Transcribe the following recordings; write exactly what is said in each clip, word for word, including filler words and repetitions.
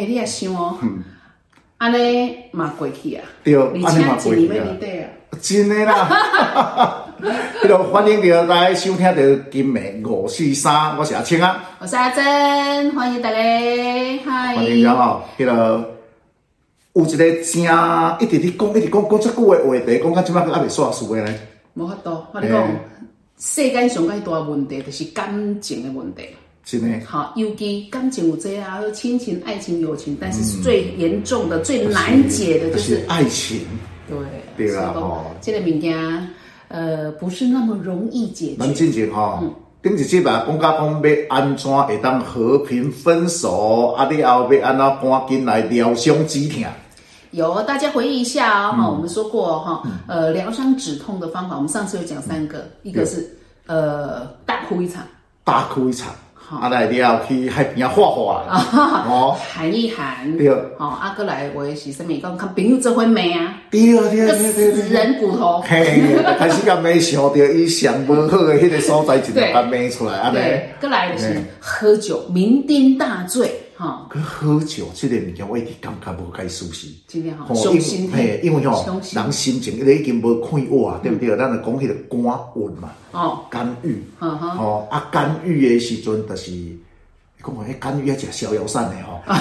嘿，你也想哦，安尼嘛过去啊， 对， 而且一年要年底啊， 真的啦。迄个欢迎着大家收听着今暝五四三，我是阿青啊， 我是阿珍，欢迎大家，嗨， 欢迎家吼，迄个有一个正一直咧讲，一直讲讲遮久的话题，讲到即摆还未煞输的咧。 无法度，我跟你讲，世间上介大问题就是感情的问题。 真的。 好，尤其感情有这啊，亲情、爱情、友情，但是最严重的、最难解的就是爱情。 对， 对啦吼， 这个物件。呃，不是那么容易解决。 咱进前吼，顶一集啊，讲到讲要安怎会当和平分手，啊，你后要安怎赶紧来疗伤止痛。 有，大家回忆一下哦，哈、嗯，我们说过哈、嗯，呃，疗伤止痛的方法，我们上次有讲三个，嗯、一个是呃大哭一场， 大哭一场。啊，来了去海边啊画画， 哦，喊一喊， 对， 好，啊，过来话是啥物？讲看朋友做伙骂啊， 对对对对对， 死人骨头， 嘿，开始甲骂想到伊上无好的迄个所在，就甲骂出来，安尼。 对，过来就是喝酒，酩酊大醉，哈。 可喝酒这个物件，我一直感觉无介舒适。 真的吼，伤心嘿，因为吼，人心情已经无快活啊，对不对？咱就讲迄个肝郁嘛。哦，肝郁，吼啊，肝郁的时阵，就是讲迄肝郁要食逍遥散的吼。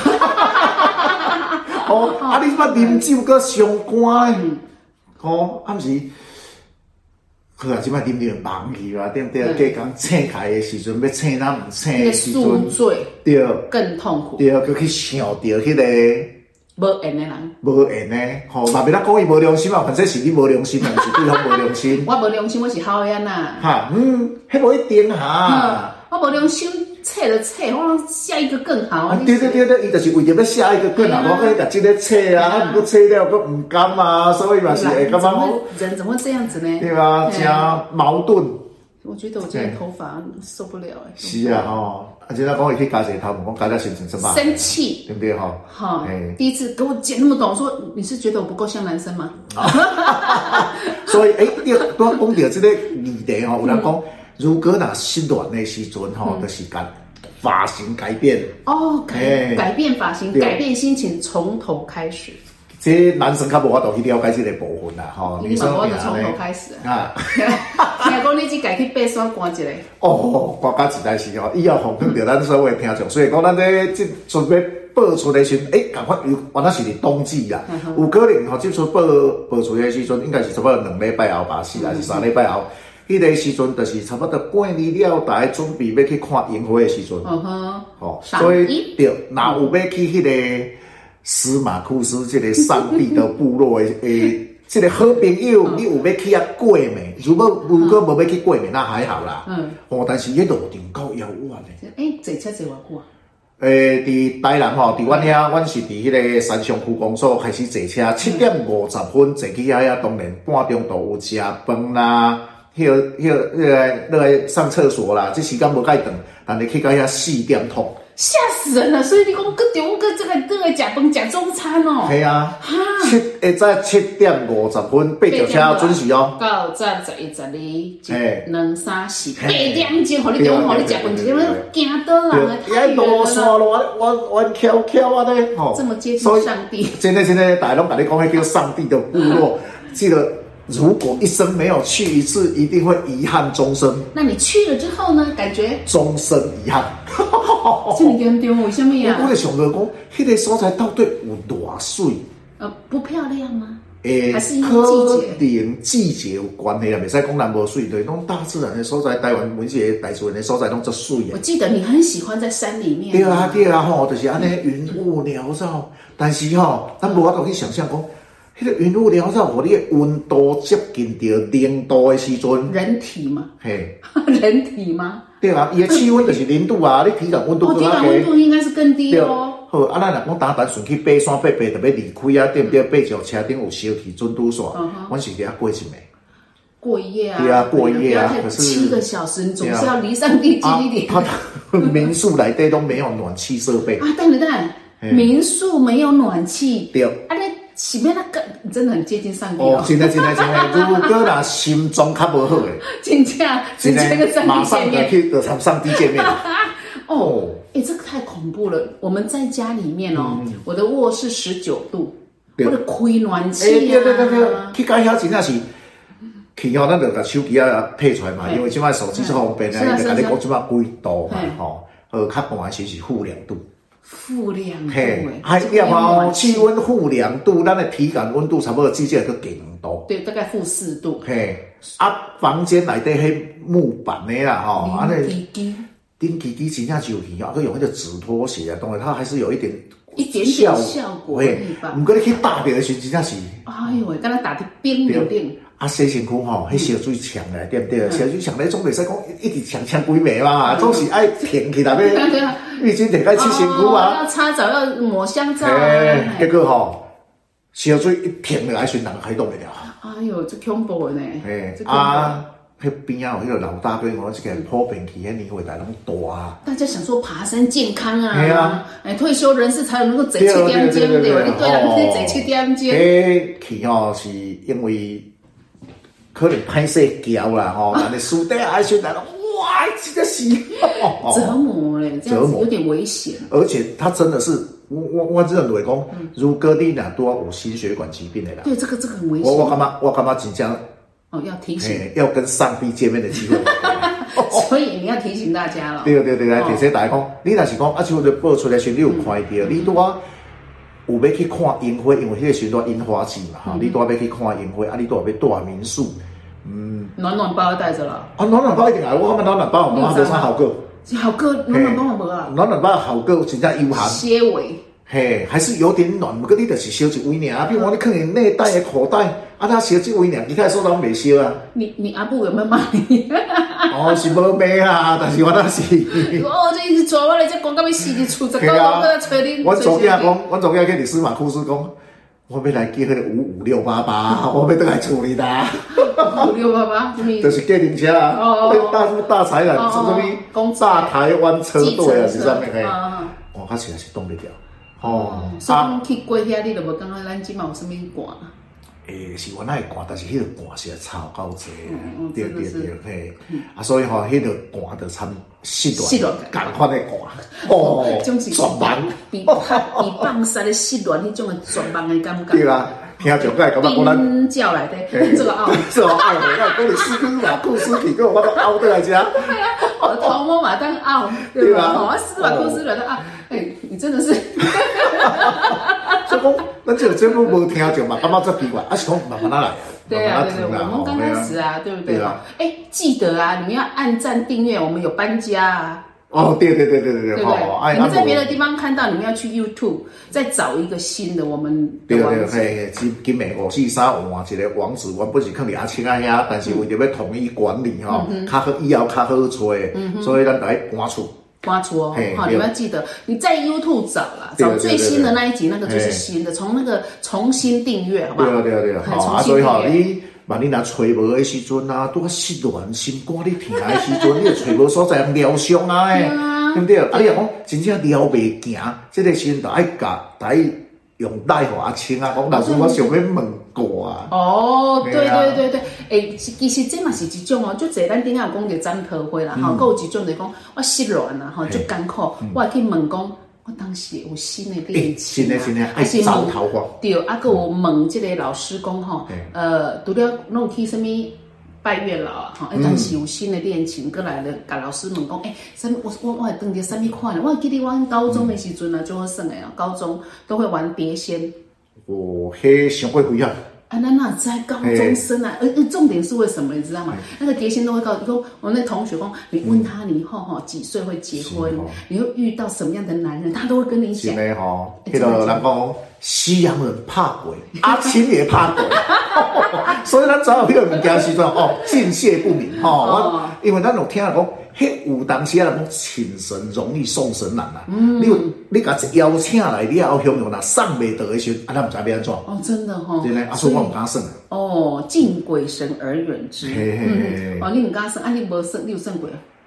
哦，啊，你捌啉酒搁伤肝诶，吼，啊，毋是，好啊，即摆啉啉忘去啦，对不对？加讲醒开的时阵，要醒咱毋醒的时阵， 宿醉， 对， 更痛苦， 对，佮去想到迄个。 无缘的人， 无缘的，吼，嘛别当讲伊无良心啊，反正是你无良心，毋是对方无良心。 我无良心，我是好人呐。 哈，嗯，迄无一定哈。 我无良心，切就切，我下一个更好啊。 对对对对，伊就是为着要下一个更好，我可以甲即个切啊，啊，毋过切了，佫毋甘啊，所以嘛是会感觉讲， 人怎么会这样子呢？ 对吧？真矛盾。 我觉得我今天头发受不了哎。 是啊，吼。啊，今仔讲伊去加一个头毛，讲加了心情怎么？ 生气， 对不对哈？ 好，第一次给我剪那么短，我说你是觉得我不够像男生吗？ 所以，哎，你都讲到这个议题吼，有人讲，如果若失恋的时阵吼，就是甲发型改变。 哦，改改变发型，改变心情，从头开始。 这男生较无法度去了解这个部分啦，吼。 你嘛无就从头开始啊。听讲你只家去爬山赶一个。 哦，赶到实在是吼，以后奉劝着咱所有听众，所以讲咱这这准备播出的时阵，诶，赶快有，原来是伫冬季啦，有可能吼，即出播播出的时阵，应该是差不多两礼拜后吧，是还是三礼拜后？迄个时阵就是差不多过年了，大家准备要去看樱花的时阵。嗯哼。吼，所以对，若有要去迄个。司马库斯这个上帝的部落的诶，这个好朋友，你有要去遐过未？如果如果无要去过未，那还好啦。嗯。哦，但是迄路程够遥远的。 诶，坐车坐偌久啊？ 诶，伫台南吼，伫阮遐，阮是伫迄个三商区公所开始坐车，七点五十分坐去遐遐，当然半中途有食饭啦，迄个迄个迄个落来上厕所啦，这时间无介长，但是去到遐四点钟。 吓死人了！所以你讲搁中午搁这个这个食饭食中餐哦。 系啊，七下早七点五十分八条车准时哦。 到站十一、十二、一、两、三、四，八点钟，互你中午互你食饭，就是惊倒人的太远了。路线路弯弯翘翘啊咧，吼， 这么接近上帝。 真的真的，大家拢甲你讲，迄叫上帝的部落，这个。如果一生没有去一次，一定会遗憾终生。 那你去了之后呢？感觉终身遗憾。 这么严重，为什么呀？ 我在想着讲，迄个所在到底有偌水？ 呃，不漂亮吗？ 诶， 还是因为季节？季节有关系啦，袂使讲人无水，对，拢大自然的所在，台湾每一个大自然的所在拢足水的。 我记得你很喜欢在山里面。 对啊，对啊，吼，就是安尼云雾缭绕，但是吼，咱无法度去想象讲。迄个云雾缭绕，互你的温度接近到零度的时阵， 人体嘛， 嘿， 人体吗？ 对啊，伊的气温就是零度啊，你体感温度更低。 哦，体感温度应该是更低哦。 好，啊，咱若讲单单顺去爬山爬爬，特别离开啊，对不对？爬石车顶有烧气准拄煞，阮是伫遐过一暝。 过一夜啊？ 对啊，过一夜啊。 可是七个小时，你总是要离上帝近一点。 他民宿内底都没有暖气设备啊！等等等，民宿没有暖气。 对。 啊，那前面那个真的很接近上帝哦。真的真的真的，如果若心中较无好诶， 真正直接跟上帝见面， 马上就去就参上帝见面。 哦， 哎，这个太恐怖了。我们在家里面哦，嗯、我的卧室十九度，我得开暖气啊。 哎，对对对对，去到遐真正是。去吼，咱就把手机啊配出来嘛，因为即摆手机是方便啊，伊就甲你讲即摆几度嘛，吼，呃，较寒时是负两度。 负两度， 嘿，还要吼气温负两度，咱的体感温度差不多至少要低两度。 对，大概负四度。 嘿，啊，房间内底迄木板的啦，吼， 安尼， 顶基基真正就去啊，佮用迄个纸拖鞋啊，当然它还是有一点。 一点点效果而已吧。 唔过你去打掉的时候，真正是， 哎呦喂，敢若打得冰溜溜。 啊，洗身躯吼，迄烧水呛咧，对不对？烧水呛咧，总袂使讲一直呛呛几暝嘛，总是爱平起来要。浴巾摕开去身躯啊。 要擦澡，要抹香皂。 哎，结果吼，烧水一平落来，瞬人开动不了。 哎呦，这恐怖的呢。 哎，啊。迄边啊，有迄个老大哥，我即个普遍去迄年岁大拢大啊。 大家想说爬山健康啊， 系啊， 哎，退休人士才能够坐七点钟对，你对人可以坐七点钟。 迄去吼是因为可能歹势脚啦吼，但是输底爱选来了，哇，这个是折磨嘞，这样子有点危险。 而且他真的是，我我我认为讲，如果你若多有心血管疾病的啦， 对，这个这个很危险。 我我感觉我感觉真正。 哦，要提醒， 要跟上帝见面的机会， 所以你要提醒大家了。 对对对，来提醒大家讲，你若是讲啊，像你报出来时，你有看到，你拄啊有要去看樱花，因为迄个时阵樱花季嘛，哈，你拄啊要去看樱花，啊，你拄啊要住民宿，嗯， 暖暖包要带着了。 啊，暖暖包一定来，我感觉暖暖包我无啥好过， 好过暖暖包我无啊， 暖暖包好过真正有限， 些微。 嘿，还是有点暖，不过你就是烧一位尔，比如讲你放在内袋的口袋，啊，他烧一位尔，其他所都未烧啊。 你你阿母有没有骂你？ 哦，是无骂啊，但是我那是。 哦，这一直做我来这讲到要死你厝，十九我在催你。 我昨天讲，我昨天跟李司马库斯讲，我要来寄那个五五六八八，我要倒来处理它。 五六八八， 就是计程车啊，大什么大财产，什么大台湾车队啊，是上面嘿。哦，他实在是动不了。 哦，所以讲去过遐，你就无感觉咱即嘛有啥物寒？ 诶，是原来会寒，但是迄个寒实在差够济，对对对，嘿，啊，所以吼，迄个寒就参湿暖，共款的寒，哦，绝望， 比比放山的湿暖迄种的绝望的感觉。 对啦，听上个感觉讲咱冰窖内底，这个凹， 这个凹，我讲你四根马裤尸体，给我把它凹倒来遮。 我头毛马当凹，对吧？我司马库斯来的凹，哎，你真的是。 所以讲，咱这个节目无听着嘛，感觉足奇怪，啊是讲慢慢来啊。 对啊，对对，我们刚开始啊，对不对？哎，记得啊，你们要按赞订阅，我们有搬家啊。 哦，对对对对对对， 对不对？你们在别的地方看到，你们要去 YouTube 再找一个新的我们。 对对对，今今年五四三换一个网址，原本是放伫阿青啊遐，但是为着要统一管理吼，较好以后较好找，所以咱来搬出。 搬出哦，好，你们要记得，你在 YouTube 找啦，找最新的那一集，那个就是新的，从那个重新订阅，好不好？ 对啊对啊对啊，好啊，所以吼，你万你若找无的时阵啊，拄啊失恋心肝你疼的时阵，你就找无所在疗伤啊，对不对？啊，你若讲真正疗袂行，这个时阵就爱甲来用赖互阿青啊，讲老师我想要问过啊。 哦，对对对对，诶，其实这嘛是一种哦，就这咱顶下有讲着占桃花啦，吼，还有一种就讲我失恋啦，吼，就艰苦，我会去问讲，我当时有新的恋情， 新的新的爱找桃花， 对，啊，还有问这个老师讲吼，呃，除了弄去什么？拜月老啊，哈！哎，当时有新的恋情，过来了，甲老师问讲，哎、欸，什我我我还当着什么款呢？我记得我高中的时阵啊，就好算的啊，高中都会玩碟仙。 哦，迄上过几啊？ 啊，那哪在高中生啊？而重点是为什么？你知道吗？那个碟仙都会告诉说，我那同学讲，你问他你以后哈几岁会结婚，你会遇到什么样的男人，他都会跟你讲。 是的吼，迄个人讲。西洋人怕鬼，阿青也怕鬼，所以咱找有迄个物件时阵哦，尽谢不明吼。我因为咱有听讲，迄有当时啊讲请神容易送神难啦。嗯，你有你甲邀请来，你要向用啦，送袂到的时阵，啊，咱唔知要安怎。哦， 真的吼。 真的，啊，所以我唔敢算。 哦，敬鬼神而远之。嘿嘿嘿。哦，你唔敢算，啊，你无算，你有算过？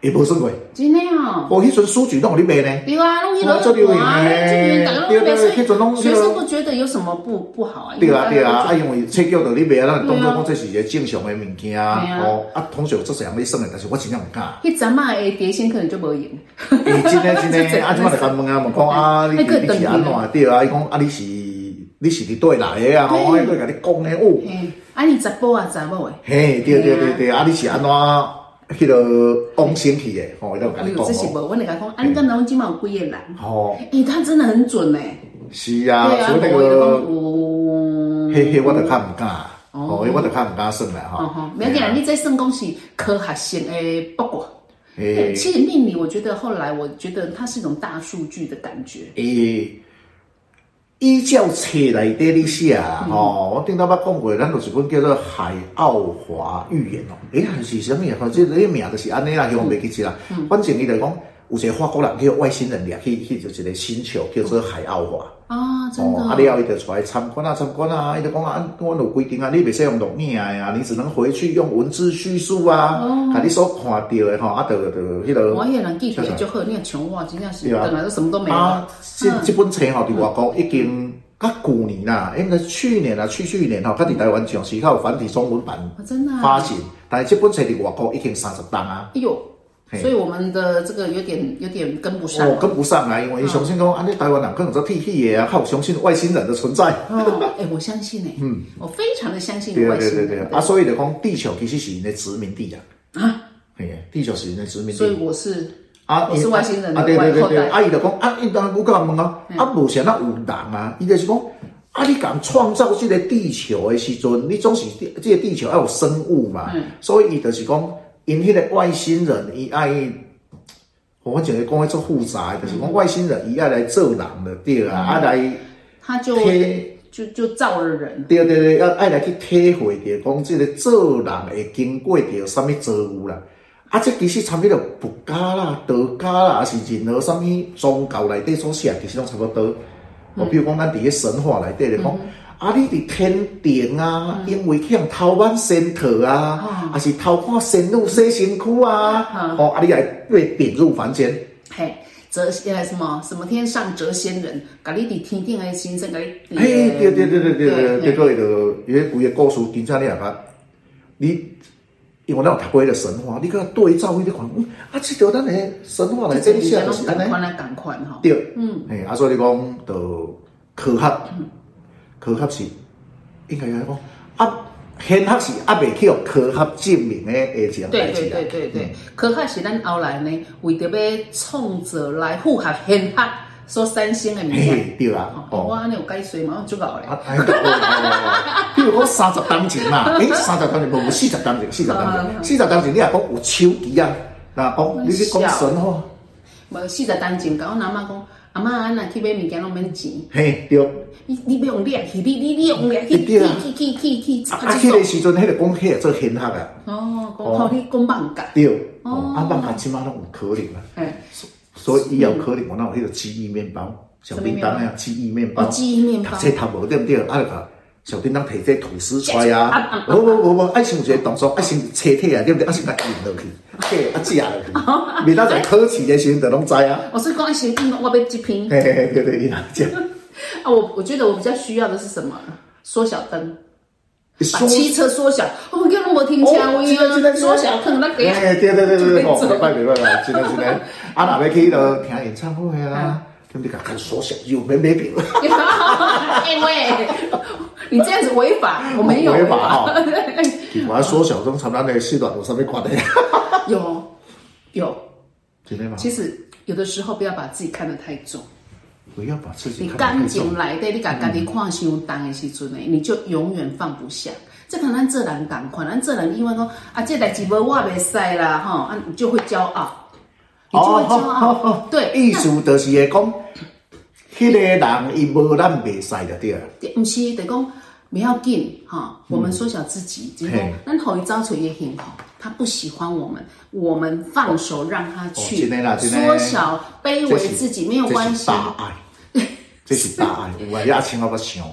也无算过。 真的哦。 我迄阵书局拢有咧卖呢。 对啊，拢去落去啊，对对对，迄阵拢学生不觉得有什么不不好啊？ 对啊对啊，啊因为册叫着你卖啊，咱当作讲这是一个正常的物件哦。啊，通常做这样咧算的，但是我真正唔敢。 迄阵嘛的碟仙可能就无用。 诶，真诶真诶，啊，即摆就甲问啊，问讲啊，你你是安怎对啊？伊讲啊，你是你是伫倒来的啊？吼，我甲你讲诶哦。 啊，你查甫啊查某诶？ 嘿，对对对对，啊，你是安怎？迄个往生去的，吼，伊都甲你讲。 这是无，我来甲讲，啊，你敢讲今晚有几个人？哦，诶，他真的很准诶。 是啊，所以那个，嘿嘿，我就较唔敢，哦，我就较唔敢算啦，哈。 哦，没要紧，你这算讲是科学性诶八卦。诶，其实命理，我觉得后来我觉得它是一种大数据的感觉。 诶。依照册内底咧写啊，吼，我顶头捌讲过，咱有一本叫做《海奥华预言》哦，诶，还是啥物啊？即个名就是安尼啦，希望袂记起啦。反正伊就讲有一个法国人叫外星人掠去去就一个星球叫做海奥华。 啊，真的。 啊，了伊就出来参观啊参观啊，伊就讲啊，阮有规定啊，你袂使用录影的啊，你只能回去用文字叙述啊，甲你所看到的吼，啊，就就迄个。 我迄人记住就好，你看像我真正是本来都什么都没有。 啊，这这本册吼，伫外国已经。甲旧年啦，应该是去年啊，去去年吼，甲伫台湾上市，较有繁体中文版发行，但是这本册伫外国已经三十档啊。 哎呦，所以我们的这个有点有点跟不上。 哦，跟不上啊，因为相信讲，安尼台湾人可能做铁器的啊，较有相信外星人的存在。 哦，哎，我相信诶，嗯，我非常的相信外星人。 对对对对，啊，所以就讲地球其实是因的殖民地啊。啊，嘿，地球是因的殖民地。 所以我是。啊，我是外星人的外后代。 啊，伊就讲啊，伊当然有甲人问啊，啊，无啥那有人啊，伊就是讲，啊，你讲创造这个地球的时阵，你总是这个地球要有生物嘛，嗯、所以伊就是讲，因迄个外星人，伊爱，我讲的讲的足复杂，就是讲外星人伊爱来做人的对啊，啊来， 他就就就造了人。 对对对，要爱来去体会着讲，这个做人会经过着什么造物啦。啊，这其实参与了佛家啦、道家啦，还是任何什么宗教内底所写，其实拢差不多。哦，比如讲咱伫个神话内底咧讲，啊，你伫天庭啊，因为去偷挽仙桃啊，还是偷看仙女洗身躯啊，哦，啊，你来被贬入凡间。 嘿，谪呃什么什么天上谪仙人，甲你伫天顶的先生甲你。 嘿，对对对对对，结果伊就伊个规个故事，真正你也甲你。因为咱有读过迄个神话，你甲对照你咧看，嗯，啊，即条咱诶神话内底写就是安尼， 款来共款吼。 对，嗯，嘿，啊，所以你讲，就科学，科学是应该讲，啊，显学是啊，未去用科学证明诶诶一样代志啦。 对对对对对，科学是咱后来呢，为着要创造来符合显学。所产生的物件， 对啊， 哦，我安尼有解说嘛，我足够咧。 啊，哎，比如讲三十当前嘛，诶，三十当前无四十当前，四十当前，四十当前你也讲有手机啊，那讲你去讲神话， 无四十当前，甲我阿妈讲，阿妈咱若去买物件拢免钱。 嘿，对。 你你要用掠去，你你你用掠去去去去去去。 啊，迄个时阵，迄个讲迄个做显学啊。 哦，讲靠你讲妄讲。 对，哦，啊妄讲起码拢有可能啊。哎。所以以后可能我那有迄个记忆面包，小叮当那样记忆面包， 记忆面包， 这读无对不对？啊，就甲小叮当摕这吐司出来啊，无无无无，爱先有一个动作，爱先切体啊，对不对？啊先甲印落去，嘿，啊食落去，明仔载考试的时阵就拢知啊。 我是讲爱先印，我要一篇。 嘿嘿嘿，对对，这样。 啊，我我觉得我比较需要的是什么？缩小灯。把汽车缩小，哦，叫拢无停车位啊，缩小可能那个。 哎，对对对对对，哦，袂歹袂歹啦，真的真的。啊，若要去咯听演唱会啊，咁你甲它缩小就没没表。 因为你这样子违法，我没有违法哈。我缩小中，参咱的四段有啥物关系？ 有有， 真的吗？ 其实有的时候不要把自己看得太重。 不要把自己你感情来的，你把家己看伤重的时阵呢，你就永远放不下。这跟咱这人同款，咱这人因为讲啊，这代志无我袂使啦，吼，啊，你就会骄傲，你就会骄傲。对， 意思就是会讲，迄个人伊无咱袂使就对了。 不是，就讲不要紧哈，我们缩小自己，就是讲咱互伊找出伊的幸福。他不喜欢我们，我们放手让他去，缩小卑微自己没有关系。 大爱。这是大爱，有啊，也请我捌想过。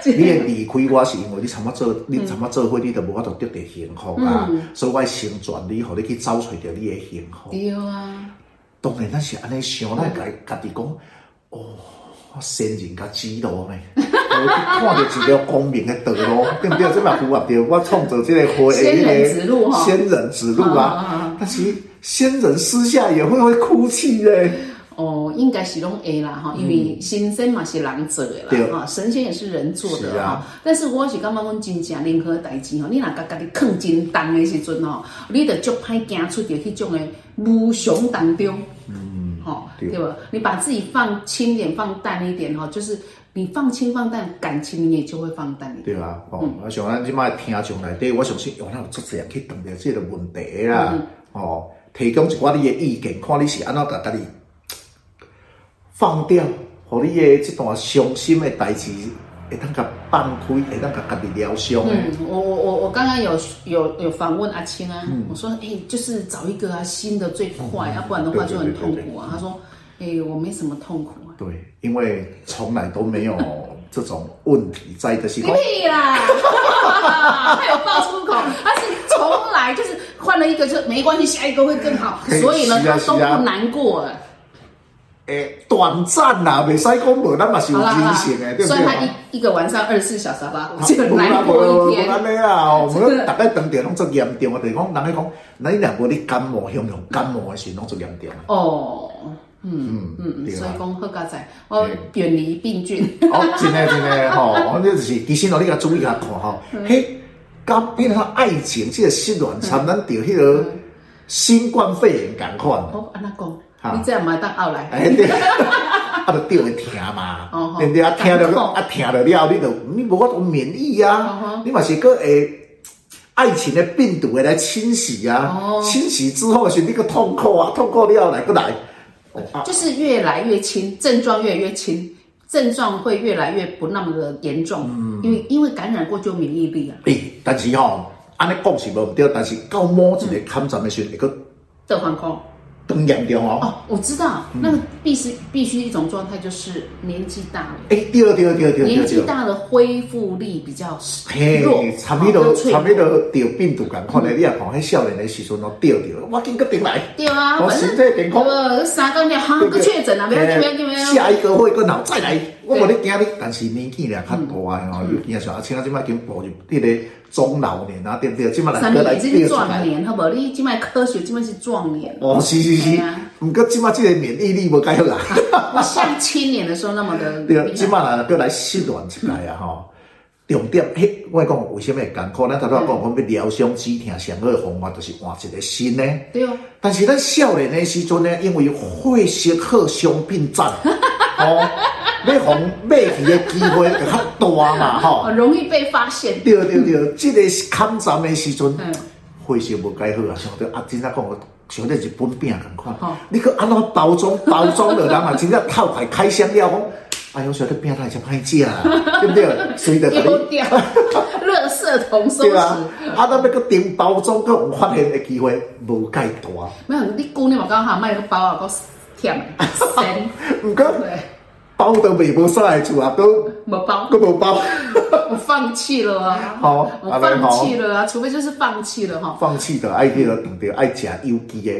你会离开我是因为你参我做，你参我做伙，你都无法度得到幸福啊，嗯、所以我成全你，互你去找找到你的幸福。 对啊， 当然咱是安尼想，咱家家己讲，哦，我先人甲指路呢，我看到一条光明的道路，对不对？这嘛符合着我创造这个花的仙人指路哈， 仙人指路啊。但是仙人私下也会会哭泣嘞。 哦，应该是拢会啦哈，因为神仙嘛是人做的啦，哈，神仙也是人做的哈。啊、但是我是感觉讲真正任何代志吼，你若甲家己放真重的时阵吼，你着足歹行出着迄种的无常当中，嗯，吼、哦，对吧？你把自己放轻点、放淡一点哈，就是你放轻放淡，感情你也就会放淡一点。 对啊，哦，嗯、我想咱即摆听众内底，我相信用咱有足侪人去碰到这个问题啦，嗯、哦，提供一寡你的意见，看你是安怎甲家己。放掉，互你的这段伤心的代志，会当甲放开，会当甲家己疗伤。 嗯，我我我我刚刚有有有访问阿青啊，嗯、我说，哎、欸，就是找一个啊新的最快，要、嗯啊、不然的话就很痛苦啊。他说，哎、欸，我没什么痛苦啊。 对，因为从来都没有这种问题在的时候。 屁啦！他有爆出口，他是从来就是换了一个就没关系，下一个会更好，所以呢，他都不难过了。 诶，短暂啦，袂使讲无，咱嘛是有人性诶，对不对？ 所以他一一个晚上二十四小时吧，就难过一天。 安尼啊，我们大概当地拢足严重啊，就是讲人咧讲，那你若无你感冒，形容感冒诶时拢足严重。 哦，嗯嗯嗯，所以讲好佳哉，我远离病菌。 哦，真诶真诶吼，我这就是其实哦，你甲注意甲看吼，嘿，感迄个爱情这个失恋参，咱着迄个新冠肺炎共款。 哦，安那讲。你这样嘛当后来， 哎对，啊，就吊会疼嘛，对不对？啊，疼了，啊，疼了了，你就你无法度免疫啊，你嘛是个诶，爱情的病毒会来侵袭啊，侵袭之后是你个痛苦啊，痛苦了来个来， 就是越来越轻，症状越来越轻，症状会越来越不那么的严重，因为因为感染过就有免疫力啊。 诶，但是吼，安尼讲是无对，但是到某一个坎站的时候，会个得反抗。 更严重哦！ 哦，我知道，嗯、那个必须必须一种状态，就是年纪大了。 哎、欸，对对对对， 年纪大了，恢复力比较弱， 差不多差不多得病毒感款的，你也看迄少年的时阵都得着，我紧个顶来。 对啊， 我身体健康。 呃，三个月哈个确诊了，不要紧不要紧不要紧。 下一个会更好再来，我无咧惊你，但是年纪俩较大哦，尤其像阿青啊，即摆已经步入迄个中老年啊，对不对？即摆来过来变壮年，好无？你即摆科学即摆是壮年。 哦，是是是。不过即摆即个免疫力无介好啦。 不像青年的时候那么的。 对，即摆来过来失恋起来啊吼。重点，嘿，我讲为什么会艰苦？咱头头讲讲要疗伤止疼上好的方法，就是换一个新的。 对哦。 但是咱少年的时阵呢，因为血色好伤病站，哦，要防买去的机会就较大嘛，吼。 容易被发现。 对对对，这个抗战的时阵，血色无介好啊，像对啊，真正讲。像那日本饼咁款，哦、你去安怎包装包装的人啊，真正套牌开箱了，讲，哎呦，小的饼太真歹食啊，对不对？随着丢掉，垃圾桶收拾。 啊，啊，咱要个订包装，佮有发现的机会无介大。 没有，你姑娘嘛刚好卖个包啊，够甜咸。 唔过包都卖无啥来厝啊，都无包， 都无包。 我放弃了啊！ 好， 我放弃了啊！除非就是放弃了哈。 放弃的爱迄个等着爱食有机的。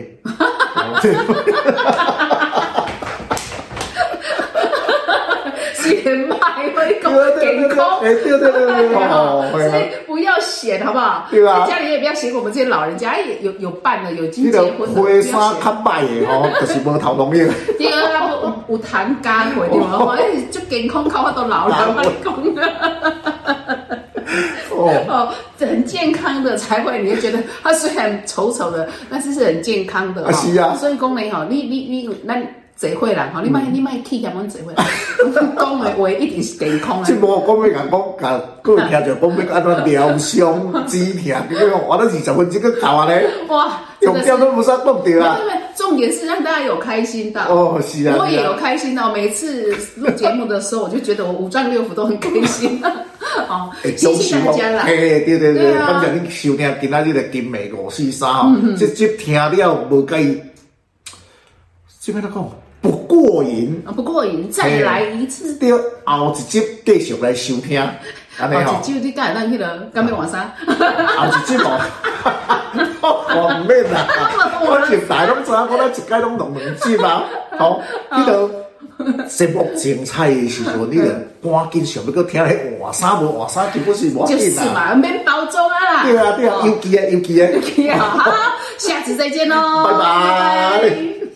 显摆会讲健康， 哎，对对对对，哦， 所以不要显，好不好？ 对啊， 家里也不要嫌我们这些老人家也有有伴了，有经结婚的， 花衫较歹的吼，就是无头农用。 对啊，有有痰干过对吗？哎，就健康靠我都老了，我讲的。哦，很健康的才会，你会觉得他虽然丑丑的，但是是很健康的。 是啊， 所以讲呢，吼，你你你，咱。侪会人吼，你莫你莫去嫌阮侪会，讲的话一定是健康的。 即无讲要讲讲，甲各位听着讲要安怎疗伤止疼，你讲玩到二十分钟个搞啊咧？哇，重点都不算讲对啦。 重点是让大家有开心到。 哦，是啊。 我也有开心到，每次录节目的时候，我就觉得我五脏六腑都很开心。哦，谢谢大家啦。 哎，对对对，感谢恁收听今仔日的金美五四三吼，即即听了无介意，即摆来讲。 不过瘾， 啊不过瘾，再来一次。 对，后一集继续来收听，安尼吼。 后一集你改咱迄个干咩换衫？ 后一集哦，我唔免啦，我前大拢知影，我咱一届拢弄两集嘛。好，迄个节目精彩的时阵，你著赶紧想要搁听迄换衫无换衫，根本是无要紧啦。 就是嘛，免包装啊啦。 对啊对啊，有记诶有记诶。 有记啊，好，下次再见喽， 拜拜。